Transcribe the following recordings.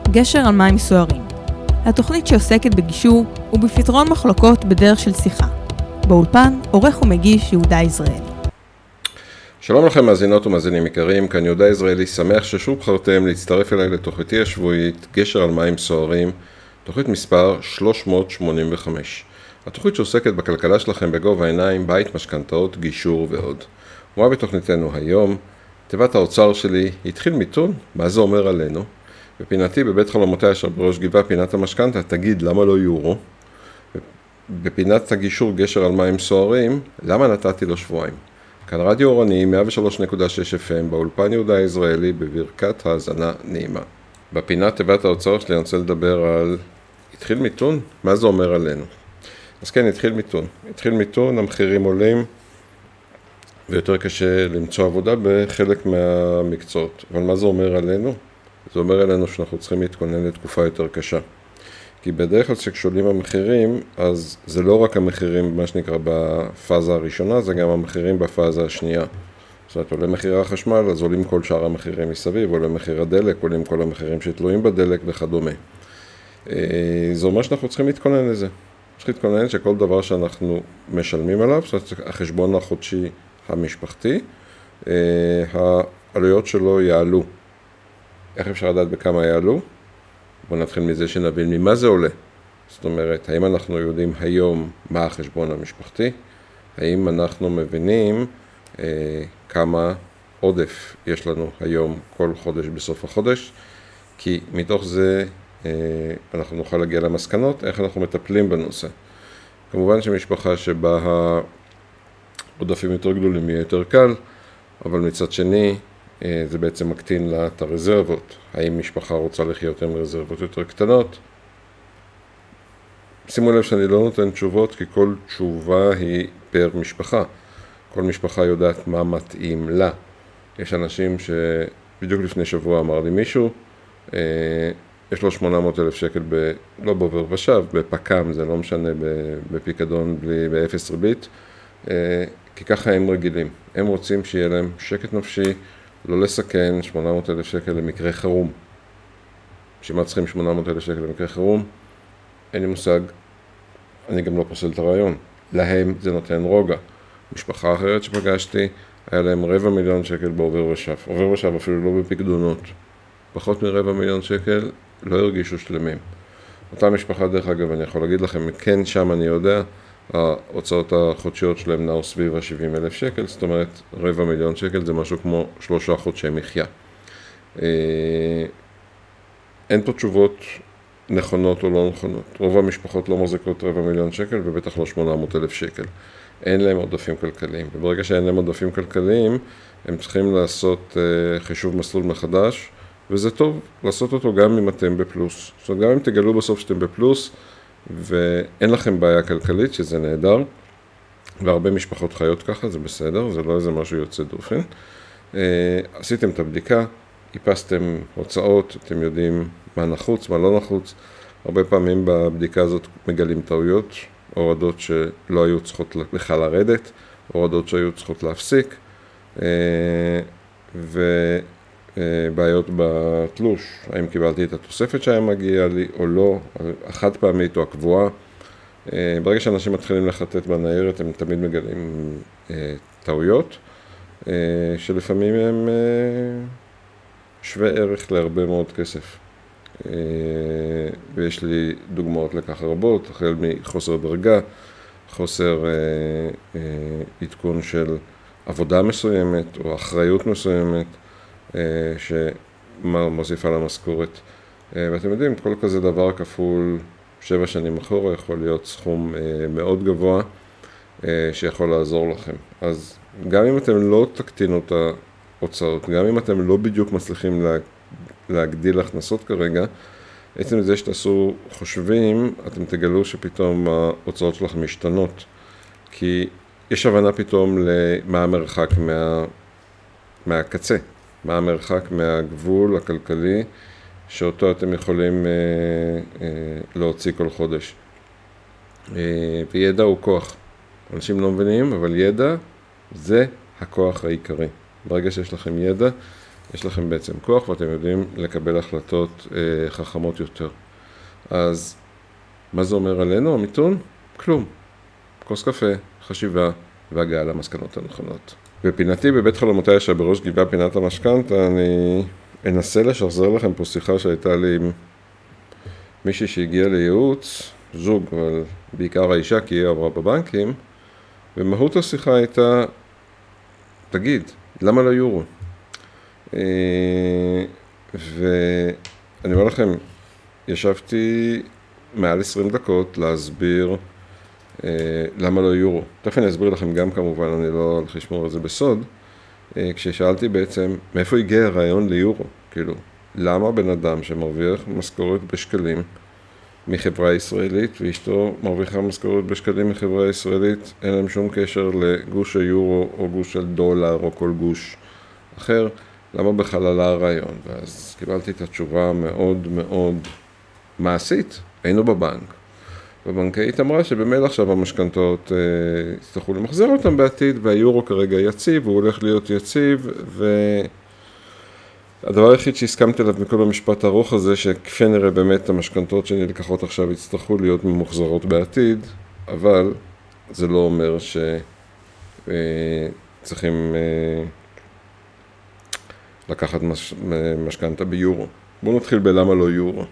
גשר על מים סוערים. התוכנית שעוסקת בגישור ובפתרון מחלוקות בדרך של שיחה. באולפן, עורך ומגיש יהודה יזרעאלי. שלום לכם מאזינות ומאזינים יקרים, כאן יהודה יזרעאלי, שמח ששוב בחרתם להצטרף אליי לתוכניתי השבועית, גשר על מים סוערים, תוכנית מספר 385. התוכנית שעוסקת בכלכלה שלכם בגובה העיניים, בית, משכנתאות, גישור ועוד. ומה בתוכניתנו היום? תיבת האוצר שלי התחיל מיתון, מה זה אומר עלינו? בפינתי בבית חלומותיה אשר בראש גבעה, פינת המשכנתה, תגיד למה לא יורו? בפינת הגישור גשר על מים סוערים, למה נתתי לו שבועיים? כאן רדיו אורני 103.6 FM באולפן יהודה יזרעאלי בברכת האזנה נעימה. בפינת תיבת האוצר שלי אני רוצה לדבר על התחיל מיתון, מה זה אומר עלינו? אז כן, התחיל מיתון, המחירים עולים ויותר קשה למצוא עבודה בחלק מהמקצועות. אבל מה זה אומר עלינו? זה אומר עלינו שאנחנו צריכים להתכונן לתקופה יותר קשה. כי בדרך כלל כששואלים המחירים, אז זה לא רק המחירים, מה שנקרא, בפאזה הראשונה, זה גם המחירים בפאזה השנייה. זאת אומרת, עולה מחיר החשמל, אז עולים כל שאר המחירים מסביב, עולה מחיר הדלק, עולים כל המחירים שתלויים בדלק וכדומה. זה אומר שאנחנו צריכים להתכונן לזה. צריכים להתכונן שכל דבר שאנחנו משלמים עליו, זאת אומרת, החשבון החודשי המשפחתי, העלויות שלו יעלו. איך אפשר לדעת בכמה יעלו? בואו נתחיל מזה שנבין ממה זה עולה. זאת אומרת, האם אנחנו יודעים היום מה החשבון המשפחתי? האם אנחנו מבינים כמה עודף יש לנו היום כל חודש בסוף החודש? כי מתוך זה אנחנו נוכל להגיע למסקנות איך אנחנו מטפלים בנושא. כמובן שמשפחה שבה העודפים יותר גדולים יהיה יותר קל, אבל מצד שני זה בעצם מקטין לה את הרזרבות. האם משפחה רוצה לחיות עם רזרבות יותר קטנות? שימו לב שאני לא נותן תשובות, כי כל תשובה היא פר משפחה. כל משפחה יודעת מה מתאים לה. יש אנשים שבדיוק לפני שבוע אמר לי מישהו, יש לו 800,000 שקל לא בעובר ושב, בפקם, זה לא משנה, בפיקדון באפס ריבית, כי ככה הם רגילים. הם רוצים שיהיה להם שקט נפשי, לא לסכן 800,000 שקל למקרה חירום. שמה צריכים 800,000 שקל למקרה חירום? אין לי מושג, אני גם לא פוסל את הרעיון. להם זה נותן רוגע. משפחה אחרת שפגשתי, היה להם 250,000 שקל בעובר ושב. עובר ושב אפילו לא בפקדונות. פחות מ250,000 שקל לא הרגישו שלמים. אותה משפחה, דרך אגב, אני יכול להגיד לכם, כן, שם אני יודע, ההוצאות החודשיות שלהם נעו סביב ה-70,000 שקל, זאת אומרת, 250,000 שקל זה משהו כמו 3 חודשי מחיה. אין פה תשובות נכונות או לא נכונות. רוב המשפחות לא מחזיקות 250,000 שקל, ובטח לא 800,000 שקל. אין להם עודפים כלכליים. וברגע שאין להם עודפים כלכליים, הם צריכים לעשות חישוב מסלול מחדש, וזה טוב לעשות אותו גם אם אתם בפלוס. זאת אומרת, גם אם תגלו בסוף שאתם בפלוס, ואין לכם בעיה כלכלית, שזה נהדר, והרבה משפחות חיות ככה, זה בסדר, זה לא איזה משהו יוצא דופן. עשיתם את הבדיקה, איפסתם הוצאות, אתם יודעים מה נחוץ, מה לא נחוץ. הרבה פעמים בבדיקה הזאת מגלים טעויות, הורדות שלא היו צריכות בכלל לרדת, הורדות שהיו צריכות להפסיק, בעיות בתלוש, האם קיבלתי את התוספת שהיה מגיעה לי או לא, החד פעמית או הקבועה. ברגע שאנשים מתחילים לחטט בניירת, הם תמיד מגלים טעויות, שלפעמים הם שווה ערך להרבה מאוד כסף. ויש לי דוגמאות לכך רבות, החל מחוסר דרגה, חוסר עדכון של עבודה מסוימת או אחריות מסוימת, שמוסיפה למשכורת. ואתם יודעים, כל כזה דבר כפול 7 שנים אחורה יכול להיות סכום מאוד גבוה שיכול לעזור לכם. אז גם אם אתם לא תקטינו את ההוצאות, גם אם אתם לא בדיוק מצליחים להגדיל הכנסות כרגע, עצם זה שתעשו חושבים, אתם תגלו שפתאום ההוצאות שלכם משתנות. כי יש הבנה פתאום למה המרחק מהקצה. מה המרחק מהגבול הכלכלי שאותו אתם יכולים להוציא כל חודש. וידע הוא כוח. אנשים לא מבינים, אבל ידע זה הכוח העיקרי. ברגע שיש לכם ידע, יש לכם בעצם כוח ואתם יודעים לקבל החלטות חכמות יותר. אז מה זה אומר עלינו, המיתון? כלום. כוס קפה, חשיבה והגעה למסקנות הנכונות. בפינתי בבית חלומותיי שבראש גבעה פינת המשכנתא, אני אנסה לשחזר לכם פה שיחה שהייתה לי עם מישהי שהגיעה לייעוץ, זוג, אבל בעיקר האישה כי היא עברה בבנקים, ומהות השיחה הייתה, תגיד, למה לא יורו? ואני אומר לכם, ישבתי מעל 20 דקות להסביר למה לא יורו. תכף אני אסביר לכם גם כמובן, אני לא הולך לשמור את זה בסוד, כששאלתי בעצם מאיפה הגיע הרעיון ליורו, כאילו, למה בן אדם שמרוויח משכורת בשקלים מחברה ישראלית, ואשתו מרוויחה משכורת בשקלים מחברה ישראלית, אין להם שום קשר לגוש היורו או גוש של דולר או כל גוש אחר, למה בכלל עלה הרעיון? ואז קיבלתי את התשובה מאוד מאוד מעשית, היינו בבנק. והבנקאית אמרה שבמילא עכשיו המשכנתאות יצטרכו למחזר אותם בעתיד, והיורו כרגע יציב, הוא הולך להיות יציב, והדבר היחיד שהסכמתי עליו מכל המשפט הארוך הזה, שכפי נראה באמת המשכנתאות שנלקחות עכשיו יצטרכו להיות ממוחזרות בעתיד, אבל זה לא אומר שצריכים לקחת משכנתא ביורו. בואו נתחיל בלמה לא יורו.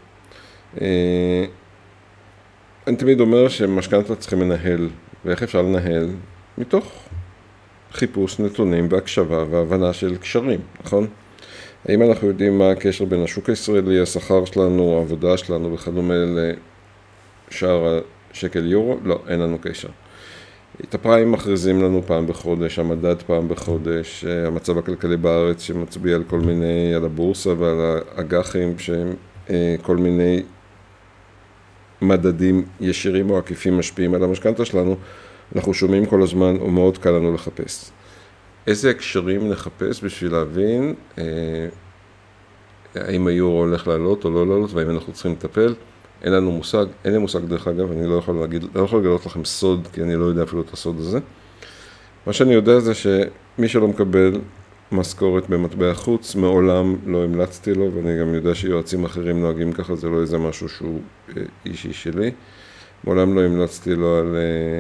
אני תמיד אומר שמשכנתא צריכים לנהל, ואיך אפשר לנהל? מתוך חיפוש נתונים והקשבה והבנה של קשרים, נכון? האם אנחנו יודעים מה הקשר בין השוק הישראלי, השכר שלנו, העבודה שלנו וכדומה לשער השקל יורו? לא, אין לנו קשר. את הפריים מכריזים לנו פעם בחודש, המדד פעם בחודש, המצב הכלכלי בארץ שמצביע על כל מיני, על הבורסה ועל האג"חים שהם כל מיני מדדים ישירים או עקיפים משפיעים על המשכנתא שלנו, אנחנו שומעים כל הזמן ומאוד קל לנו לחפש. איזה הקשרים נחפש בשביל להבין האם היורו הולך לעלות או לא לעלות והאם אנחנו צריכים לטפל? אין לנו מושג, אין לי מושג דרך אגב, אני לא יכול לגלות לכם סוד, כי אני לא יודע אפילו את הסוד הזה. מה שאני יודע זה שמי שלא מקבל משכורת במטבע חוץ, מעולם לא המלצתי לו, ואני גם יודע שיועצים אחרים נוהגים ככה, זה לא איזה משהו שהוא אישי שלי. מעולם לא המלצתי לו על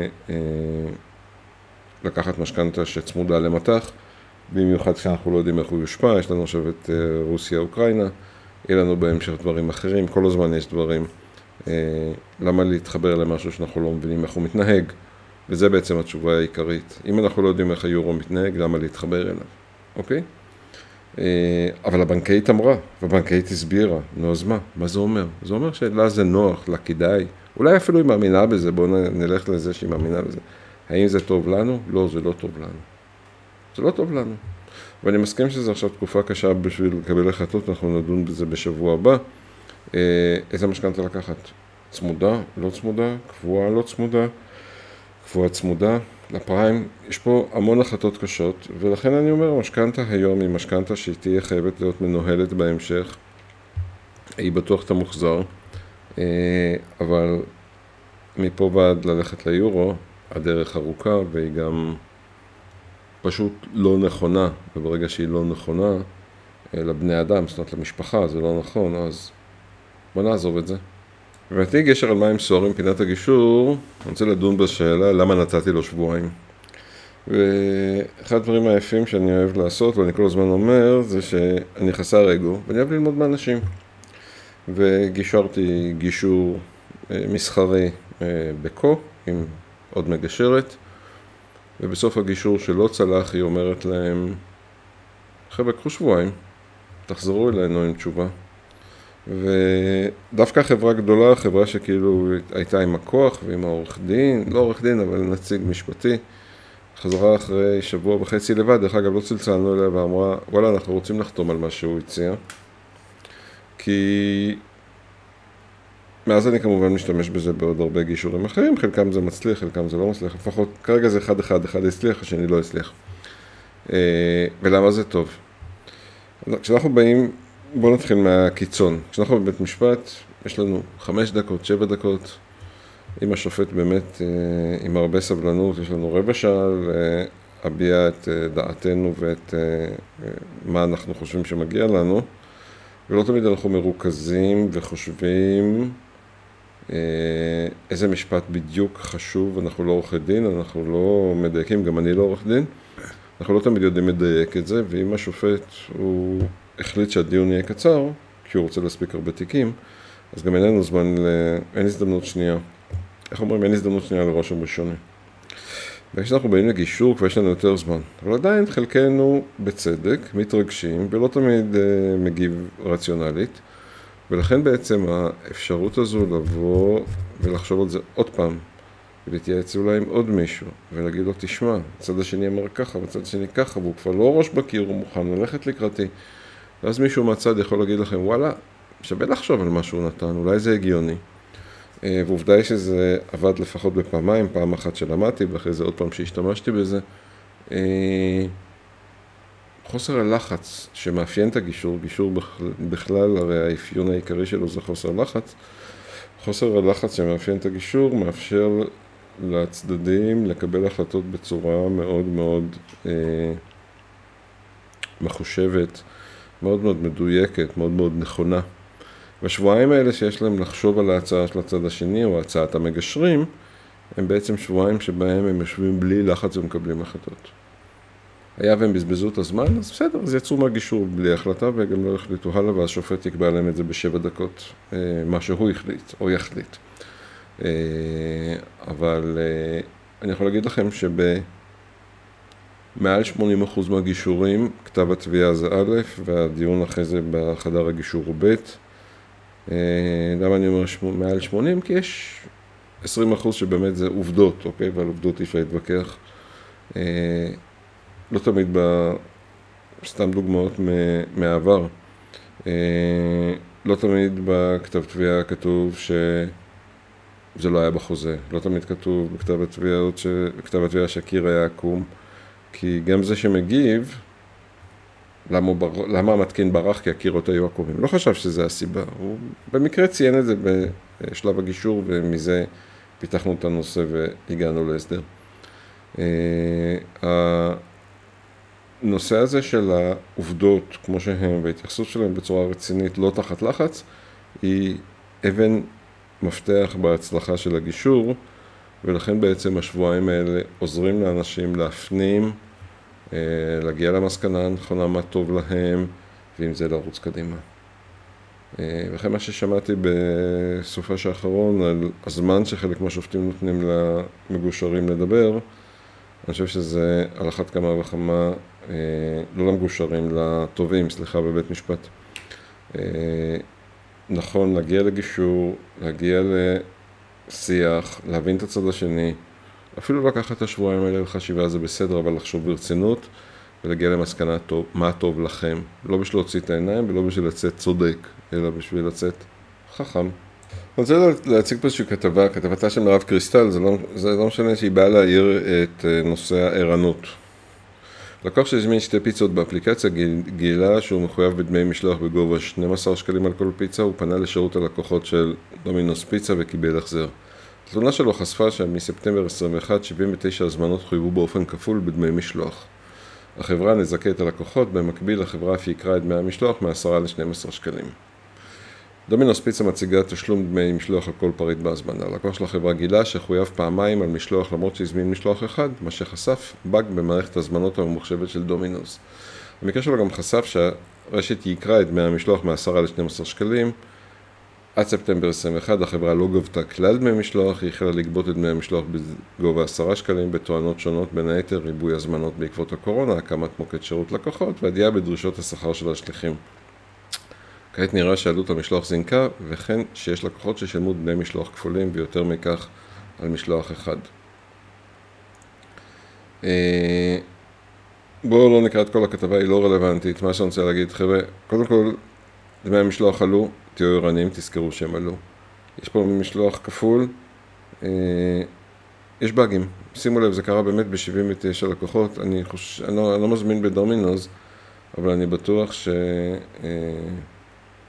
לקחת משכנתא שצמודה למטח, במיוחד כשאנחנו לא יודעים איך הוא יושפע, יש לנו עכשיו את רוסיה-אוקראינה, יהיה לנו בהמשך דברים אחרים, כל הזמן יש דברים. למה להתחבר למשהו שאנחנו לא מבינים איך הוא מתנהג? וזה בעצם התשובה העיקרית. אם אנחנו לא יודעים איך היורו מתנהג, למה להתחבר אליו? אוקיי? אבל הבנקאית אמרה, והבנקאית הסבירה, נו אז מה? מה זה אומר? זה אומר שלה זה נוח, לה כדאי. אולי אפילו היא מאמינה בזה, בואו נלך לזה שהיא מאמינה בזה. האם זה טוב לנו? לא, זה לא טוב לנו. זה לא טוב לנו. ואני מסכים שזו עכשיו תקופה קשה בשביל לקבל החלטות, אנחנו נדון בזה בשבוע הבא. איזה משכנתא לקחת? צמודה, לא צמודה, קבועה, לא צמודה, קבועה צמודה. לפריים, יש פה המון החלטות קשות, ולכן אני אומר, המשכנתא היום היא משכנתא שהיא תהיה חייבת להיות מנוהלת בהמשך. היא בטוח תמוחזר, אבל מפה ועד ללכת ליורו, הדרך ארוכה, והיא גם פשוט לא נכונה, וברגע שהיא לא נכונה לבני אדם, זאת אומרת למשפחה, זה לא נכון, אז בוא נעזוב את זה. ובעתי גשר על מים סוערים פינת הגישור, אני רוצה לדון בשאלה למה נתתי לו שבועיים. ואחד הדברים היפים שאני אוהב לעשות, ואני כל הזמן אומר, זה שאני חסר אגו, ואני אוהב ללמוד מאנשים. וגישרתי גישור מסחרי בקו, עם עוד מגשרת, ובסוף הגישור שלא צלח, היא אומרת להם, חבר'ה, קחו שבועיים, תחזרו אלינו עם תשובה. ודווקא חברה גדולה, חברה שכאילו הייתה עם הכוח ועם העורך דין, לא עורך דין, אבל נציג משפטי, חזרה אחרי שבוע וחצי לבד, דרך אגב לא צלצלנו אליה ואמרה, וואלה, אנחנו רוצים לחתום על מה שהוא הציע, כי מאז אני כמובן משתמש בזה בעוד הרבה גישורים אחרים, חלקם זה מצליח, חלקם זה לא מצליח, לפחות כרגע זה אחד הצליח, השני לא הצליח. ולמה זה טוב? כשאנחנו באים, בואו נתחיל מהקיצון. כשאנחנו בבית משפט, יש לנו 5 דקות, 7 דקות, אם השופט באמת עם הרבה סבלנות, יש לנו רבע שעה להביע את דעתנו ואת מה אנחנו חושבים שמגיע לנו, ולא תמיד אנחנו מרוכזים וחושבים איזה משפט בדיוק חשוב. אנחנו לא עורכי דין, אנחנו לא מדייקים, גם אני לא עורך דין. אנחנו לא תמיד יודעים לדייק את זה, ואם השופט הוא החליט שהדיון יהיה קצר, כי הוא רוצה להספיק הרבה תיקים, אז גם אין לנו זמן, אין הזדמנות שנייה. איך אומרים? אין הזדמנות שנייה לרושם ראשוני. וכשאנחנו באים לגישור, כבר יש לנו יותר זמן. אבל עדיין חלקנו בצדק, מתרגשים, ולא תמיד מגיב רציונלית. ולכן בעצם האפשרות הזו לבוא ולחשוב על זה עוד פעם, ולהתייעץ אולי עם עוד מישהו, ולהגיד לו, תשמע, הצד השני אמר ככה, והצד השני ככה, והוא כבר לא ראש בקיר, הוא מוכן ללכת לקראתי. ואז מישהו מהצד יכול להגיד לכם, וואלה, שווה לחשוב על מה שהוא נתן, אולי זה הגיוני. ועובדה היא שזה עבד לפחות בפעמיים, פעם אחת שלמדתי, ואחרי זה עוד פעם שהשתמשתי בזה. חוסר הלחץ שמאפיין את הגישור, גישור בכלל, הרי האפיון העיקרי שלו זה חוסר לחץ. חוסר הלחץ שמאפיין את הגישור מאפשר לצדדים לקבל החלטות בצורה מאוד מאוד מחושבת, מאוד מאוד מדויקת, מאוד מאוד נכונה. בשבועיים האלה שיש להם לחשוב על ההצעה של הצד השני או הצעת המגשרים, הם בעצם שבועיים שבהם הם יושבים בלי לחץ ומקבלים החלטות. היה והם בזבזו את הזמן, אז בסדר, אז יצאו מהגישור בלי החלטה וגם לא החליטו הלאה, והשופט יקבע להם את זה ב7 דקות, מה שהוא החליט או יחליט. אבל אני יכול להגיד לכם מעל 80% מהגישורים, כתב התביעה זה א', והדיון אחרי זה בחדר הגישור הוא ב'. למה אני אומר מעל 80? כי יש 20% שבאמת זה עובדות, אוקיי? ועל עובדות אי אפשר להתווכח. לא תמיד סתם דוגמאות מהעבר. לא תמיד בכתב תביעה כתוב שזה לא היה בחוזה. לא תמיד כתוב בכתב התביעה שהקיר היה עקום. כי גם זה שמגיב, למה המתקין ברח? כי הקירות היו עקומים. לא חשב שזה הסיבה. הוא במקרה ציין את זה בשלב הגישור, ומזה פיתחנו את הנושא והגענו להסדר. הנושא הזה של העובדות, כמו שהן, וההתייחסות שלהן בצורה רצינית, לא תחת לחץ, היא אבן מפתח בהצלחה של הגישור, ולכן בעצם השבועיים האלה עוזרים לאנשים להפנים, להגיע למסקנה הנכונה מה טוב להם, ואם זה לרוץ קדימה. וכן מה ששמעתי בסופה האחרון על הזמן שחלק מהשופטים נותנים למגושרים לדבר, אני חושב שזה על אחת כמה וכמה, לא למגושרים, לטובים, סליחה, בבית משפט. נכון, להגיע לגישור, להגיע לשיח, להבין את הצד השני, אפילו לקחת את השבועיים האלה לחשיבה זה בסדר, אבל לחשוב ברצינות ולהגיע למסקנה מה טוב לכם. לא בשביל להוציא את העיניים ולא בשביל לצאת צודק, אלא בשביל לצאת חכם. אני רוצה להציג פה איזושהי כתבתה של מירב קריסטל, זה לא משנה שהיא באה להעיר את נושא הערנות. לקוח שהזמין 2 פיצות באפליקציה גילה שהוא מחויב בדמי משלוח בגובה 12 שקלים על כל פיצה, הוא פנה לשירות הלקוחות של דומינוס פיצה וקיבל החזר. התלונה שלו חשפה שמספטמבר 21, 79 הזמנות חויבו באופן כפול בדמי משלוח. החברה נזכה את הלקוחות, במקביל החברה אף יקרה את דמי המשלוח מ10 ל-12 שקלים. דומינוס פיצה מציגה תשלום דמי משלוח על כל פריט בהזמנה. הלקוח של החברה גילה שחויב פעמיים על משלוח למרות שהזמין משלוח אחד, מה שחשף באג במערכת הזמנות הממוחשבת של דומינוס. במקרה שלו גם חשף שהרשת יקרה את דמי המשלוח מ10 ל-12 שקלים. עד ספטמבר 21 החברה לא גבתה כלל דמי משלוח, היא החלה לגבות את דמי המשלוח בגובה 10 שקלים בתואנות שונות, בין היתר ריבוי הזמנות בעקבות הקורונה, הקמת מוקד שירות לקוחות ועלייה בדרישות השכר של השליחים. כעת נראה שעלות המשלוח זינקה, וכן שיש לקוחות ששלמו דמי משלוח כפולים ויותר מכך על משלוח אחד. בואו לא נקרא את כל הכתבה, היא לא רלוונטית. מה שאני רוצה להגיד, חבר'ה, קודם כל, דמי המשלוח עלו, תהיו ערניים, תזכרו שהם עלו. יש פה משלוח כפול, יש באגים. שימו לב, זה קרה באמת ב-79 לקוחות. אני לא מזמין בדומינוס, אבל אני בטוח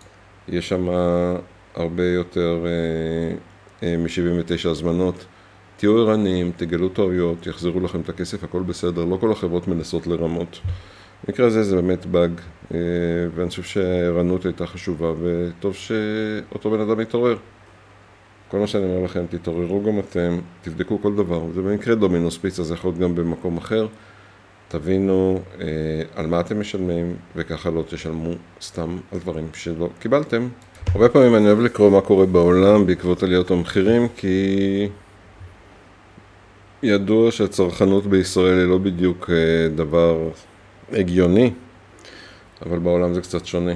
יש שם הרבה יותר מ-79 הזמנות, תהיו ערניים, תגלו טעויות, יחזרו לכם את הכסף, הכל בסדר, לא כל החברות מנסות לרמות. במקרה הזה זה באמת באג, ואני חושב שהערנות הייתה חשובה, וטוב שאותו בן אדם יתעורר. כל מה שאני אומר לכם, תתעוררו גם אתם, תבדקו כל דבר. זה במקרה דומינוס פיצה, זה יכול להיות גם במקום אחר. תבינו על מה אתם משלמים, וככה לא תשלמו סתם על דברים שלא קיבלתם. הרבה פעמים אני אוהב לקרוא מה קורה בעולם בעקבות עליות המחירים, כי ידוע שהצרכנות בישראל היא לא בדיוק דבר הגיוני, אבל בעולם זה קצת שונה.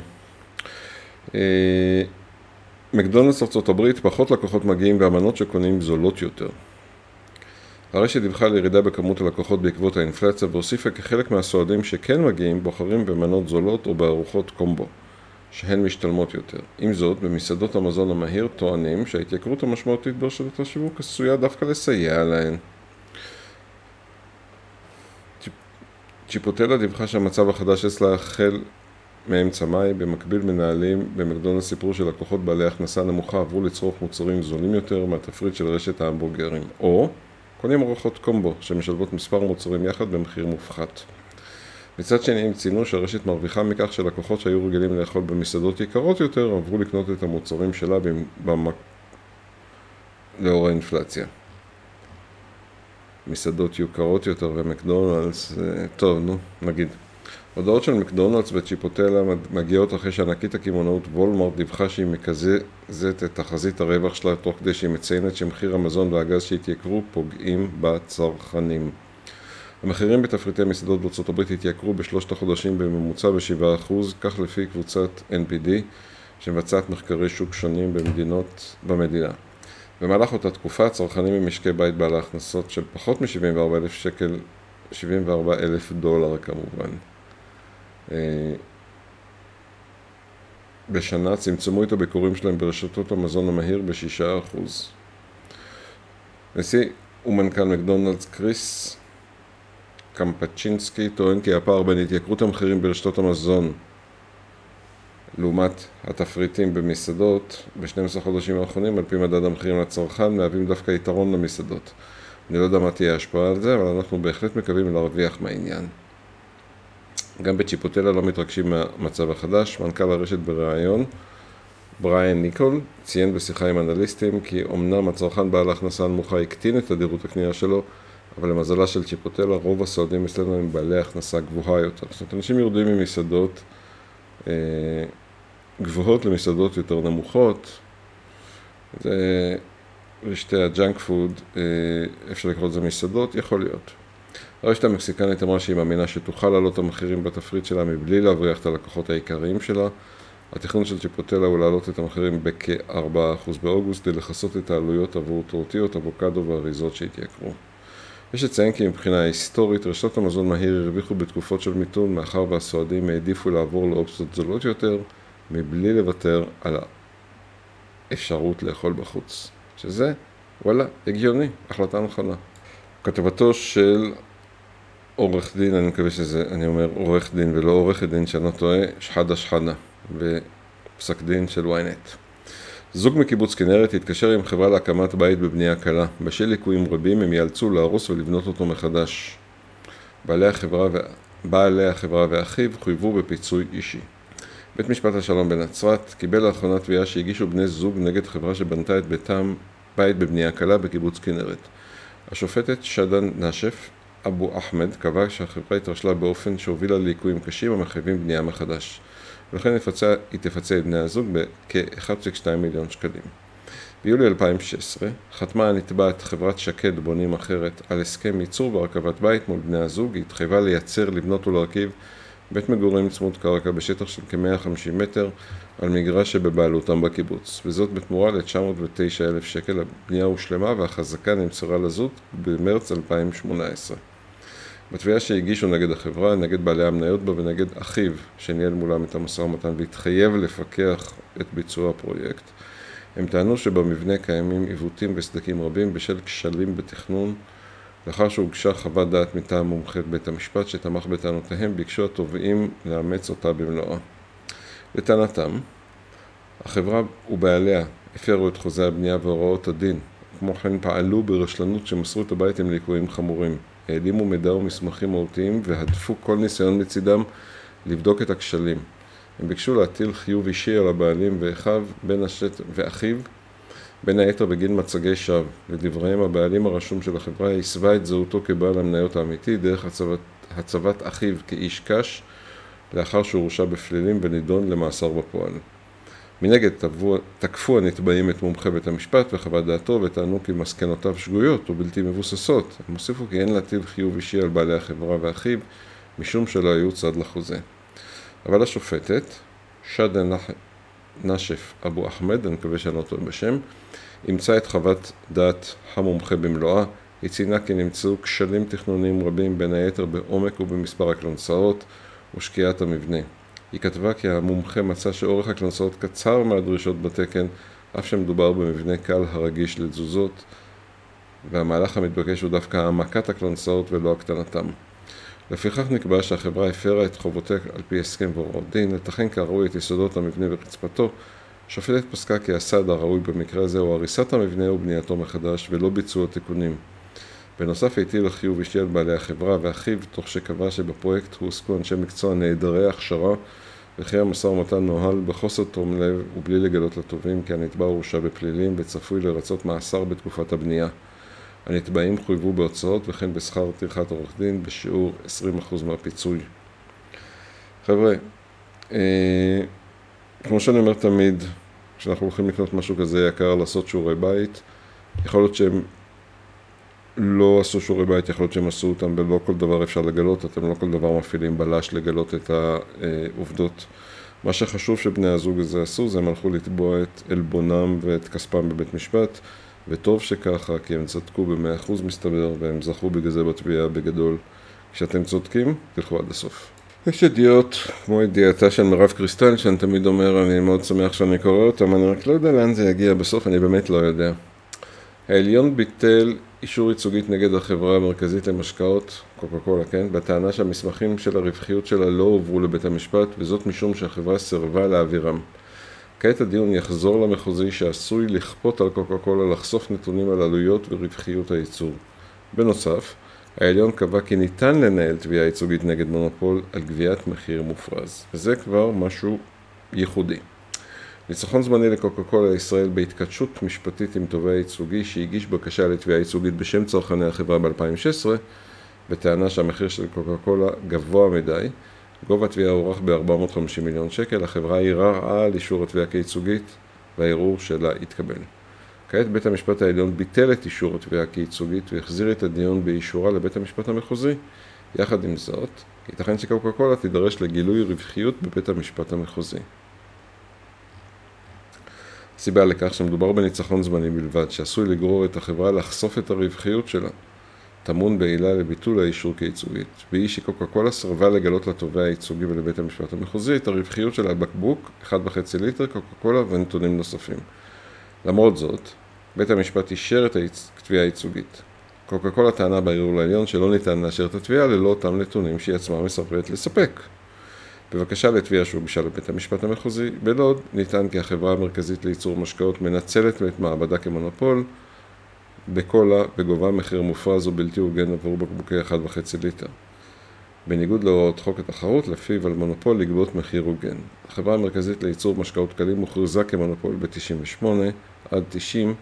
מקדונלדס ארצות הברית, פחות לקוחות מגיעים והמנות שקונים זולות יותר. הרשת דיווחה על ירידה בכמות הלקוחות בעקבות האינפלציה, והוסיפה כחלק מהסועדים שכן מגיעים בוחרים במנות זולות או בארוחות קומבו, שהן משתלמות יותר. עם זאת, במסעדות המזון המהיר טוענים שההתייקרות המשמעותית ברשתות השיווק עשויה דווקא לסייע להן. צ'יפוטלה דיווחה שהמצב החדש אצלה החל מאמצע מאי. במקביל מנהלים במקדונלדס סיפרו שלקוחות בעלי הכנסה נמוכה עברו לצרוך מוצרים זולים יותר מהתפריט של רשת ההמבורגרים, או קונים ארוחות קומבו שמשלבות מספר מוצרים יחד במחיר מופחת. מצד שני הם ציינו שהרשת מרוויחה מכך שלקוחות שהיו רגילים לאכול במסעדות יקרות יותר עברו לקנות את המוצרים שלה לאור האינפלציה. מסעדות יקרות יותר ומקדונלדס, טוב, נגיד. הודעות של מקדונלדס וצ'יפוטלה מגיעות אחרי שענקית הקמעונאות וולמארט דיווחה שהיא מקזזת את תחזית הרווח שלה תוך כדי שהיא מציינת שמחיר המזון והגז שהתייקרו פוגעים בצרכנים. המחירים בתפריטי מסעדות בארצות הברית התייקרו בשלושת החודשים בממוצע ב7%, כך לפי קבוצת NPD שמבצעת מחקרי שוק שונים במדינה. במהלך אותה תקופה, צרכנים ממשקי בית בעלי הכנסות של פחות מ-74,000 שקל, $74,000 כמובן. בשנה צמצמו את הביקורים שלהם ברשתות המזון המהיר ב6%. נשיא ומנכ"ל מקדונלדס קריס קמפצ'ינסקי טוען כי הפער בין התייקרות המחירים ברשתות המזון לעומת התפריטים במסעדות ב-12 חודשים האחרונים על פי מדד המחירים לצרכן מהווים דווקא יתרון למסעדות. אני לא יודע מה תהיה ההשפעה על זה, אבל אנחנו בהחלט מקווים להרוויח מהעניין. גם בצ'יפוטלה לא מתרגשים מהמצב החדש. מנכ"ל הרשת בראיון, בריאן ניקול, ציין בשיחה עם אנליסטים כי אמנם הצרכן בעל ההכנסה הנמוכה הקטין את תדירות הקנייה שלו, אבל למזלה של צ'יפוטלה רוב הסועדים אצלנו הם בעלי הכנסה גבוהה יותר. זאת אומרת, אנשים יורדים ממסעדות גבוהות למסעדות יותר נמוכות. זה רשתי הג'אנק פוד, אפשר לקרוא את זה מסעדות, יכול להיות. הרשת המקסיקנית אמרה שהיא מאמינה שתוכל לעלות המחירים בתפריט שלה מבלי להבריח את הלקוחות העיקריים שלה. התכנון של צ'יפוטלה הוא להעלות את המחירים בכ-4% באוגוסט כדי לכסות את העלויות עבור טורטיות, אבוקדו והאריזות שהתייקרו. יש לציין כי מבחינה היסטורית רשתות המזון מהיר הרוויחו בתקופות של מיתון מאחר והסועדים העדיפו לעבור לאופציות זולות יותר מבלי לוותר על האפשרות לאכול בחוץ. שזה, וואלה, הגיוני, החלטה נכונה. כתבתו של עורך דין, אני מקווה שזה, אני אומר עורך דין ולא עורך דין שאני לא טועה, שחדה, בפסק דין של ynet. זוג מקיבוץ כנרת התקשר עם חברה להקמת בית בבנייה קלה. בשל ליקויים רבים הם יאלצו להרוס ולבנות אותו מחדש. בעלי החברה ואחיו חויבו בפיצוי אישי. בית משפט השלום בנצרת קיבל לאחרונה תביעה שהגישו בני זוג נגד חברה שבנתה את ביתם בית בבנייה קלה בקיבוץ כנרת. השופטת שדן נשף אבו אחמד קבע שהחברה התרשלה באופן שהובילה לליקויים קשים המחייבים בנייה מחדש. ולכן היא תפצה את בני הזוג בכ-1.2 מיליון שקלים. ביולי 2016 חתמה הנתבעת חברת שקד בונים אחרת על הסכם ייצור והרכבת בית מול בני הזוג. היא התחייבה לייצר, לבנות ולהרכיב בית מגורים צמוד קרקע בשטח של כ-150 מטר על מגרש שבבעלותם בקיבוץ, וזאת בתמורה ל-909,000 שקל. הבנייה הושלמה והחזקה נמסרה לזוג במרץ 2018. בתביעה שהגישו נגד החברה, נגד בעלי המניות בה ונגד אחיו שניהל מולם את המשא ומתן והתחייב לפקח את ביצוע הפרויקט, הם טענו שבמבנה קיימים עיוותים וסדקים רבים בשל כשלים בתכנון. לאחר שהוגשה חוות דעת מטעם מומחית בית המשפט שתמך בטענותיהם, ביקשו התובעים לאמץ אותה במלואה. לטענתם, החברה ובעליה הפרו את חוזה הבנייה והוראות הדין כמו כן פעלו ברשלנות שמסרו את הבית עם ליקויים חמורים. העלימו מידע ומסמכים מהותיים והדפו כל ניסיון מצידם לבדוק את הכשלים. הם ביקשו להטיל חיוב אישי על הבעלים ואחיו, בין היתר בגין מצגי שווא. לדבריהם, הבעלים הרשום של החברה הסווה את זהותו כבעל המניות האמיתי דרך הצבת אחיו כאיש קש, לאחר שהורשע בפלילים ונידון למאסר בפועל. מנגד תקפו הנתבעים את מומחה בית המשפט וחוות דעתו וטענו כי מסקנותיו שגויות ובלתי מבוססות. הם הוסיפו כי אין להטיל חיוב אישי על בעלי החברה ואחיו, משום שלא היו צד לחוזה. אבל השופטת, שדה נשף אבו אחמד, אני מקווה שאני לא טועה בשם, אימצה את חוות דעת המומחה במלואה. היא ציינה כי נמצאו כשלים תכנוניים רבים, בין היתר בעומק ובמספר הכלונסאות ושקיעת המבנה. היא כתבה כי המומחה מצא שאורך הכלונסאות קצר מהדרישות בתקן, אף שמדובר במבנה קל הרגיש לתזוזות, והמהלך המתבקש הוא דווקא העמקת הכלונסאות ולא הקטנתם. לפיכך נקבע שהחברה הפרה את חובותיה על פי הסכם והוראות דין, לתכן כראוי את יסודות המבנה ורצפתו. שופטת פסקה כי הסעד הראוי במקרה הזה הוא הריסת המבנה ובנייתו מחדש ולא ביצוע תיקונים. בנוסף הטיל חיוב אישי על בעלי החברה ואחיו, תוך שקבע שבפרויקט הועסקו אנשי מקצוע נעדרי הכשרה, וכי המשא ומתן נוהל בחוסר תום לב ובלי לגלות לטובים כי הנתבע הורשע בפלילים וצפוי לרצות מאסר בתקופת הבנייה. הנתבעים חויבו בהוצאות וכן בשכר טרחת עורך דין בשיעור 20% מהפיצוי. חבר'ה, כמו שאני אומר תמיד, כשאנחנו הולכים לקנות משהו כזה יקר לעשות שיעורי בית, יכול להיות שהם לא עשו שיעורי בית, יכול להיות שהם עשו אותם ולא כל דבר אפשר לגלות, אתם לא כל דבר מפעילים בלש לגלות את העובדות. מה שחשוב שבני הזוג הזה עשו, זה הם הלכו לתבוע את עלבונם ואת כספם בבית משפט, וטוב שככה, כי הם צדקו ב100% מסתבר, והם זכו בגלל זה בתביעה בגדול. כשאתם צודקים, תלכו עד הסוף. יש ידיעות, כמו ידיעתה של מירב קריסטל, שאני תמיד אומר, אני מאוד שמח שאני קורא אותם, אני רק לא יודע לאן זה יגיע בסוף, אני באמת לא יודע. העליון ביטל אישור ייצוגית נגד החברה המרכזית למשקאות, קוקה קולה, כן? בטענה שהמסמכים של הרווחיות שלה לא הועברו לבית המשפט, וזאת משום שהחברה סירבה להעבירם. כעת הדיון יחזור למחוזי שעשוי לכפות על קוקה קולה לחשוף נתונים על עלויות ורווחיות הייצור. בנוסף, העליון קבע כי ניתן לנהל תביעה ייצוגית נגד מונופול על גביית מחיר מופרז, וזה כבר משהו ייחודי. ניצחון זמני לקוקה קולה ישראל בהתכתשות משפטית עם תובע ייצוגי שהגיש בקשה לתביעה ייצוגית בשם צרכני החברה ב-2016, בטענה שהמחיר של קוקה קולה גבוה מדי. גובה התביעה הוערך ב-450 מיליון שקל, החברה ערערה על אישור התביעה כייצוגית והערעור שלה התקבל. כעת בית המשפט העליון ביטל את אישור התביעה כייצוגית והחזיר את הדיון באישורה לבית המשפט המחוזי. יחד עם זאת, ייתכן שקוקה קולה תידרש לגילוי רווחיות בבית המשפט המחוזי. סיבה לכך שמדובר בניצחון זמני בלבד, שעשוי לגרור את החברה לחשוף את הרווחיות שלה, טמון בעילה לביטול האישור כייצוגית, והיא שקוקה קולה סירבה לגלות לתובע הייצוגי ולבית המשפט המחוזי את הרווחיות של הבקבוק, 1.5 ליטר קוקה קולה ונתונים נוספים. למרות זאת, בית המשפט אישר את התביעה הייצוגית. קוקה קולה טענה בערעור לעליון שלא ניתן לאשר את התביעה ללא אותם נתונים שהיא עצמה מסרבת לספק. בבקשה לתביעה שהוגשה לבית המשפט המחוזי בלוד, ניתן כי החברה המרכזית לייצור משקאות מנצלת את מעבדה כמונופול בקולה בגובה מחיר מופרז ובלתי הוגן עבור בקבוקי 1.5 ליטר. בניגוד להוראות חוק התחרות, לפיו על מונופול לגבות מחיר הוגן. החברה המרכזית לייצור משקאות קלים הוכרזה כמונופול ב-98 עד 90.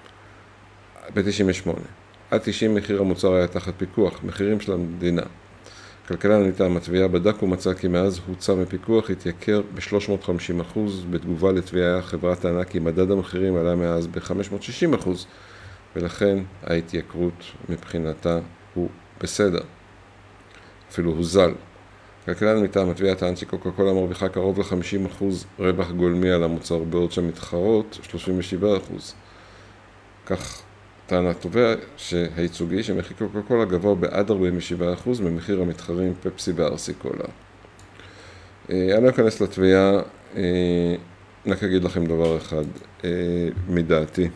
עד 90 מחיר המוצר היה תחת פיקוח, מחירים של המדינה. כלכלן מטעם התביעה בדק ומצא כי מאז הוצא מפיקוח התייקר ב-350%, בתגובה לתביעה החברה טענה כי מדד המחירים עלה מאז ב-560%, ולכן ההתייקרות מבחינתה הוא בסדר, אפילו הוזל. כלכלן מטעם התביעה טען שקוקה קולה מרוויחה קרוב ל-50% רווח גולמי על המוצר, בעוד שמתחרות 37%. כך טענה תובע שהייצוגי שמחיר קוקה קולה גבוה בעד 47% ממחיר המתחרים פפסי וארסי קולה. אני לא אכנס לתביעה, רק אגיד לכם דבר אחד מדעתי.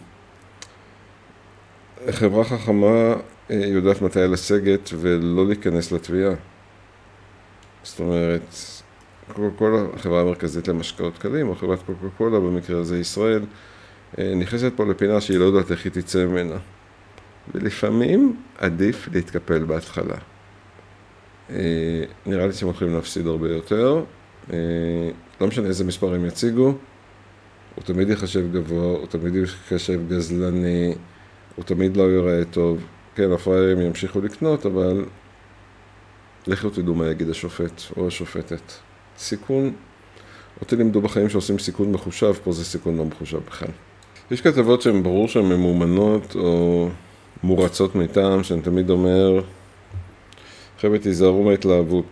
חברה חכמה יודעת מתי לסגת ולא להיכנס לתביעה. זאת אומרת, קוקה קולה, החברה המרכזית למשקאות קלים, או חברת קוקה קולה, במקרה הזה ישראל, נכנסת פה לפינה שהיא לא יודעת איך היא תצא ממנה. ולפעמים עדיף להתקפל בהתחלה. נראה לי שהם הולכים להפסיד הרבה יותר. לא משנה איזה מספר הם יציגו, הוא תמיד יחשב גבוה, הוא תמיד יחשב גזלני, הוא תמיד לא יראה טוב. כן, הפריירים ימשיכו לקנות, אבל לכו תדעו מה יגיד השופט או השופטת. סיכון, אותי לימדו בחיים שעושים סיכון מחושב, פה זה סיכון לא מחושב בכלל. יש כתבות שהן ברור שהן ממומנות או מורצות מטעם, שאני תמיד אומר, חבר'ה תיזהרו מההתלהבות.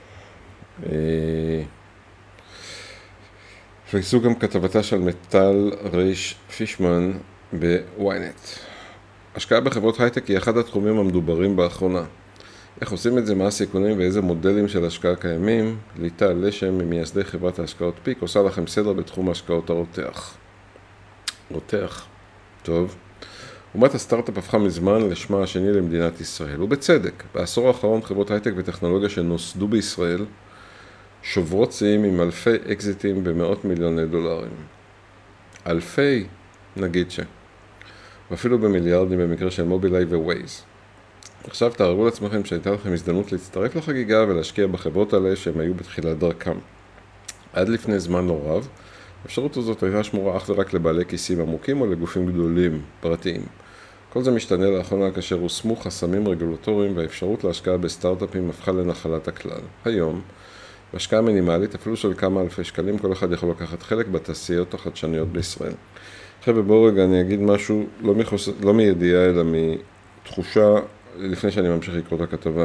ועשו גם כתבתה של מטל ריש פישמן בוויינט. השקעה בחברות הייטק היא אחד התחומים המדוברים באחרונה. איך עושים את זה, מה הסיכונים ואיזה מודלים של השקעה קיימים? ליטל לשם ממייסדי חברת ההשקעות פיק עושה לכם סדר בתחום ההשקעות הרותח. רותח. טוב. אומת הסטארט-אפ הפכה מזמן לשמה השני למדינת ישראל, ובצדק. בעשור האחרון חברות הייטק וטכנולוגיה שנוסדו בישראל שוברות שיאים עם אלפי אקזיטים במאות מיליוני דולרים. אלפי, נגיד ש. ואפילו במיליארדים במקרה של מובילאיי ווייז. עכשיו תארו לעצמכם שהייתה לכם הזדמנות להצטרף לחגיגה ולהשקיע בחברות האלה שהם היו בתחילת דרכם. עד לפני זמן לא רב, האפשרות הזאת הייתה שמורה אך ורק לבעלי כיסים עמוקים או לגופים גדולים, פרטיים. כל זה משתנה לאחרונה כאשר הושמו חסמים רגולטוריים והאפשרות להשקעה בסטארט-אפים הפכה לנחלת הכלל. היום, בהשקעה מינימלית, אפילו של כמה אלפי שקלים, כל אחד יכול לקחת חלק בתעשיות החדשניות בישראל. חבר'ה, בואו רגע, אני אגיד משהו לא מידיעה אלא מתחושה לפני שאני ממשיך לקרוא את הכתבה.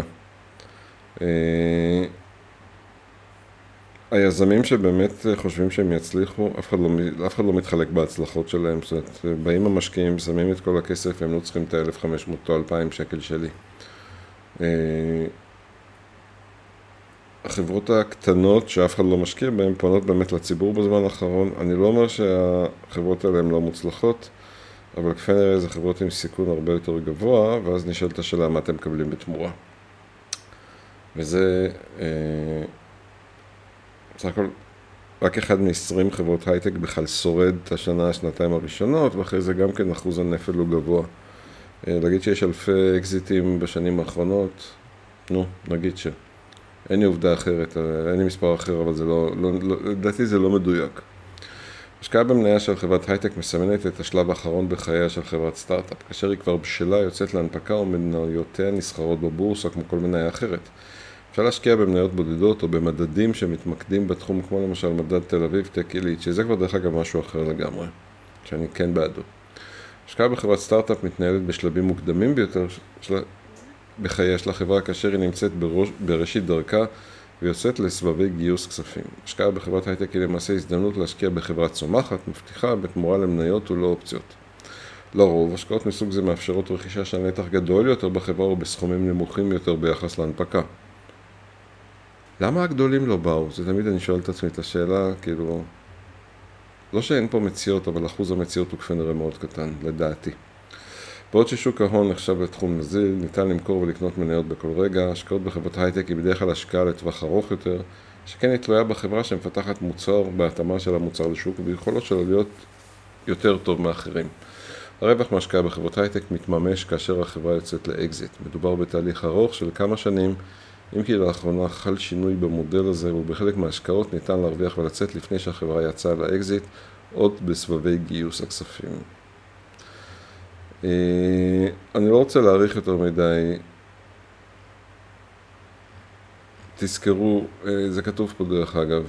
היזמים שבאמת חושבים שהם יצליחו, אף אחד לא מתחלק בהצלחות שלהם. זאת אומרת, באים המשקיעים, שמים את כל הכסף, הם לא צריכים את ה-1,500 או 2,000 שקל שלי. החברות הקטנות שאף אחד לא משקיע בהן פונות באמת לציבור בזמן האחרון. אני לא אומר שהחברות האלה הן לא מוצלחות, אבל כפי נראה זה חברות עם סיכון הרבה יותר גבוה, ואז נשאלת השאלה מה אתם מקבלים בתמורה. וזה בסך הכל רק אחד מ-20 חברות הייטק בכלל שורד את השנתיים הראשונות, ואחרי זה גם כן אחוז הנפל הוא גבוה. להגיד שיש אלפי אקזיטים בשנים האחרונות, נגיד ש... אין לי עובדה אחרת, אין לי מספר אחר, אבל זה לדעתי זה לא מדויק. השקעה במניה של חברת הייטק מסמנת את השלב האחרון בחייה של חברת סטארט-אפ, כאשר היא כבר בשלה יוצאת להנפקה ומניותיה נסחרות בבורסה כמו כל מניה אחרת. אפשר להשקיע במניות בודדות או במדדים שמתמקדים בתחום, כמו למשל מדד תל אביב טק עילית, שזה כבר דרך אגב משהו אחר לגמרי, שאני כן בעדו. השקעה בחברת סטארט-אפ מתנהלת בשלבים מוקדמים ביותר בחייה של החברה, כאשר היא נמצאת בראשית דרכה ויוצאת לסבבי גיוס כספים. השקעה בחברת הייטק היא למעשה הזדמנות להשקיע בחברה צומחת, מבטיחה בתמורה למניות ולא אופציות. לרוב, השקעות מסוג זה מאפשרות רכישה של נתח גדול יותר בחברה או בסכומים נמוכים יותר ביחס להנפקה. למה הגדולים לא באו? זה תמיד אני שואל את עצמי את השאלה, כאילו... לא שאין פה מציאות, אבל אחוז המציאות הוא כפי נראה מאוד קטן, לדעתי. בעוד ששוק ההון נחשב לתחום נזיל, ניתן למכור ולקנות מניות בכל רגע. השקעות בחברת הייטק היא בדרך כלל השקעה לטווח ארוך יותר, שכן היא תלויה בחברה שמפתחת מוצר בהתאמה של המוצר לשוק, וביכולות שלו להיות יותר טוב מאחרים. הרווח מהשקעה בחברת הייטק מתממש כאשר החברה יוצאת לאקזיט. מדובר בתהליך ארוך של כמה שנים, אם כי לאחרונה חל שינוי במודל הזה, ובחלק מההשקעות ניתן להרוויח ולצאת לפני שהחברה יצאה לאקזיט, עוד בסבבי גיוס הכספים. אני לא רוצה להאריך יותר מדי. תזכרו, זה כתוב פה דרך אגב.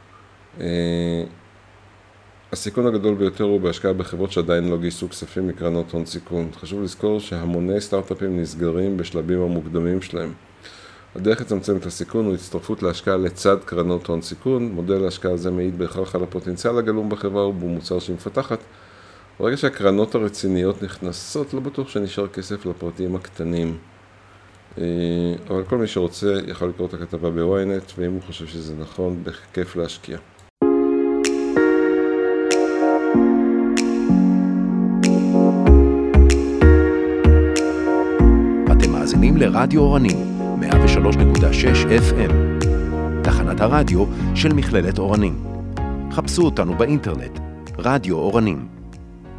הסיכון הגדול ביותר הוא בהשקעה בחברות שעדיין לא גייסו כספים מקרנות הון סיכון. חשוב לזכור שהמוני סטארט-אפים נסגרים בשלבים המוקדמים שלהם. הדרך לצמצם את הסיכון הוא הצטרפות להשקעה לצד קרנות הון סיכון. מודל ההשקעה הזה מעיד בהכרח על הפוטנציאל הגלום בחברה ובמוצר שהיא מפתחת. ברגע שהקרנות הרציניות נכנסות, לא בטוח שנשאר כסף לפרטים הקטנים. אבל כל מי שרוצה יכול לקרוא את הכתבה בוויינט, ואם הוא חושב שזה נכון, בכיף להשקיע. אתם מאזינים לרדיו אורנים, 103.6 FM, תחנת הרדיו של מכללת אורנים. חפשו אותנו באינטרנט, רדיו אורנים.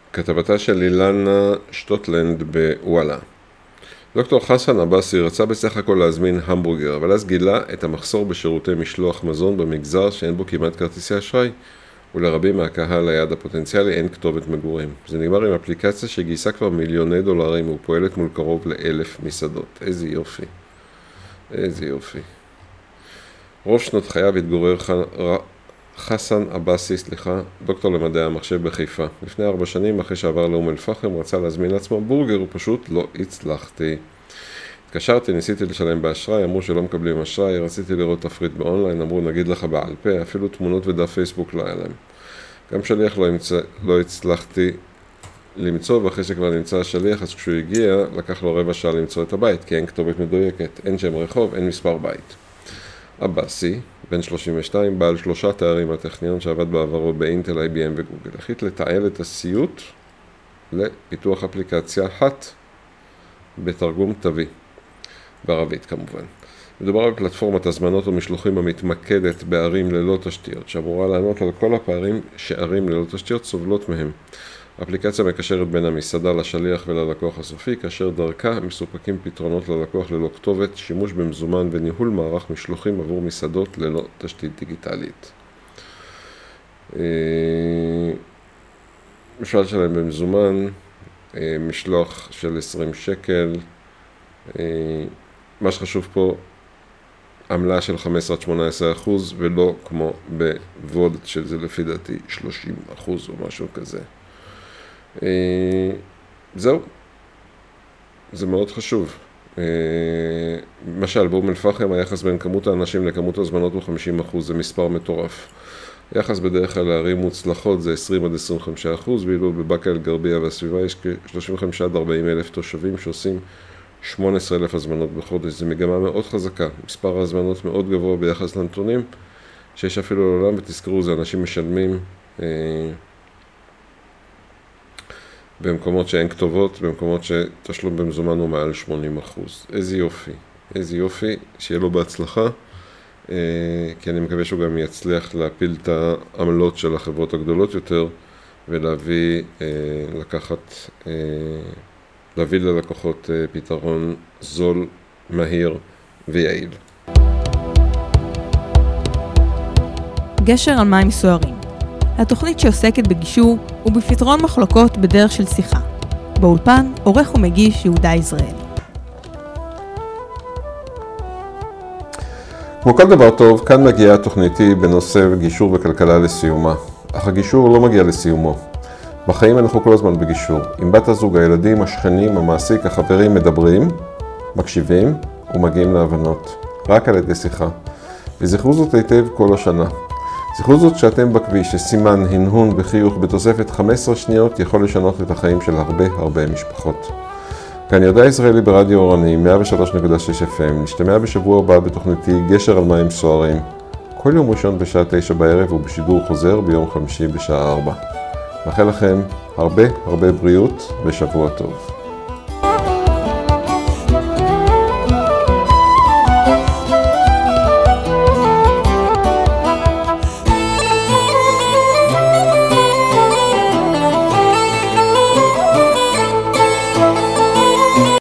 כתבתה של אילנה שטוטלנד בוואלה. דוקטור חסן עבאסי רצה בסך הכל להזמין המבורגר, אבל אז גילה את המחסור בשירותי משלוח מזון במגזר שאין בו כמעט כרטיסי אשראי, ולרבים מהקהל היעד הפוטנציאלי אין כתובת מגורים. זה נגמר עם אפליקציה שגייסה כבר מיליוני דולרים ופועלת מול קרוב ל1,000 מסעדות. איזה יופי. איזה יופי. רוב שנות חייו התגורר חסן עבאסי, דוקטור למדעי המחשב בחיפה. לפני 4 שנים, אחרי שעבר לאום אל-פחם, רצה להזמין לעצמו בורגר, ופשוט לא הצלחתי. התקשרתי, ניסיתי לשלם באשראי, אמרו שלא מקבלים אשראי, רציתי לראות תפריט באונליין, אמרו נגיד לך בעל פה, אפילו תמונות ודף פייסבוק לא היה להם. גם שליח לא הצלחתי למצוא, ואחרי שכבר נמצא השליח, אז כשהוא הגיע, לקח לו 15 שעה למצוא את הבית, כי אין כתובת מדויקת, אין שם רחוב, אין מספר בית. עבאסי, בן 32, בעל 3 תארים הטכניון שעבד בעברו באינטל, IBM וגוגל. החליט לתעל את הסיוט לפיתוח אפליקציה אחת בתרגום תווי, בערבית כמובן. מדובר על פלטפורמת הזמנות ומשלוחים המתמקדת בערים ללא תשתיות, שאמורה לענות על כל הפערים שערים ללא תשתיות סובלות מהם. האפליקציה מקשרת בין המסעדה לשליח וללקוח הסופי, כאשר דרכה מסופקים פתרונות ללקוח ללא כתובת, שימוש במזומן וניהול מערך משלוחים עבור מסעדות ללא תשתית דיגיטלית. משל שלהם במזומן, משלוח של 20 שקל, מה שחשוב פה, עמלה של 15-18% ולא כמו בוולט שזה לפי דעתי 30% או משהו כזה. זהו, זה מאוד חשוב. למשל, באום אל-פחם היחס בין כמות האנשים לכמות הזמנות הוא 50%, זה מספר מטורף. היחס בדרך כלל לערים מוצלחות זה 20-25%, ואילו בבאקה אל-גרבייה והסביבה יש כ-35-40 אלף תושבים שעושים 18,000 הזמנות בחודש. זו מגמה מאוד חזקה, מספר ההזמנות מאוד גבוה ביחס לנתונים שיש אפילו לעולם, ותזכרו, זה אנשים משלמים במקומות שאין כתובות, במקומות שתשלום במזומן הוא מעל 80%. איזה יופי, איזה יופי, שיהיה לו בהצלחה, כי אני מקווה שהוא גם יצליח להפיל את העמלות של החברות הגדולות יותר, ולהביא ללקוחות פתרון זול, מהיר ויעיל. גשר על מים סוערים. התוכנית שעוסקת בגישור ובפתרון מחלוקות בדרך של שיחה. באולפן עורך ומגיש יהודה יזרעאלי. כמו כל דבר טוב, כאן מגיעה תוכניתי בנושא גישור וכלכלה לסיומה. אך הגישור לא מגיע לסיומו. בחיים אנחנו כל הזמן בגישור. עם בת הזוג, הילדים, השכנים, המעסיק, החברים מדברים, מקשיבים ומגיעים להבנות. רק על ידי שיחה. וזכרו זאת היטב כל השנה. זכרו זאת שאתם בכביש, שסימן, הנהון בחיוך בתוספת 15 שניות יכול לשנות את החיים של הרבה משפחות. כאן יהודה יזרעאלי ברדיו אורני, 103.6 FM, נשתמע בשבוע הבא בתוכניתי גשר על מים סוערים, כל יום ראשון בשעה 9 בערב ובשידור חוזר ביום חמישי בשעה 4. מאחל לכם הרבה בריאות ושבוע טוב.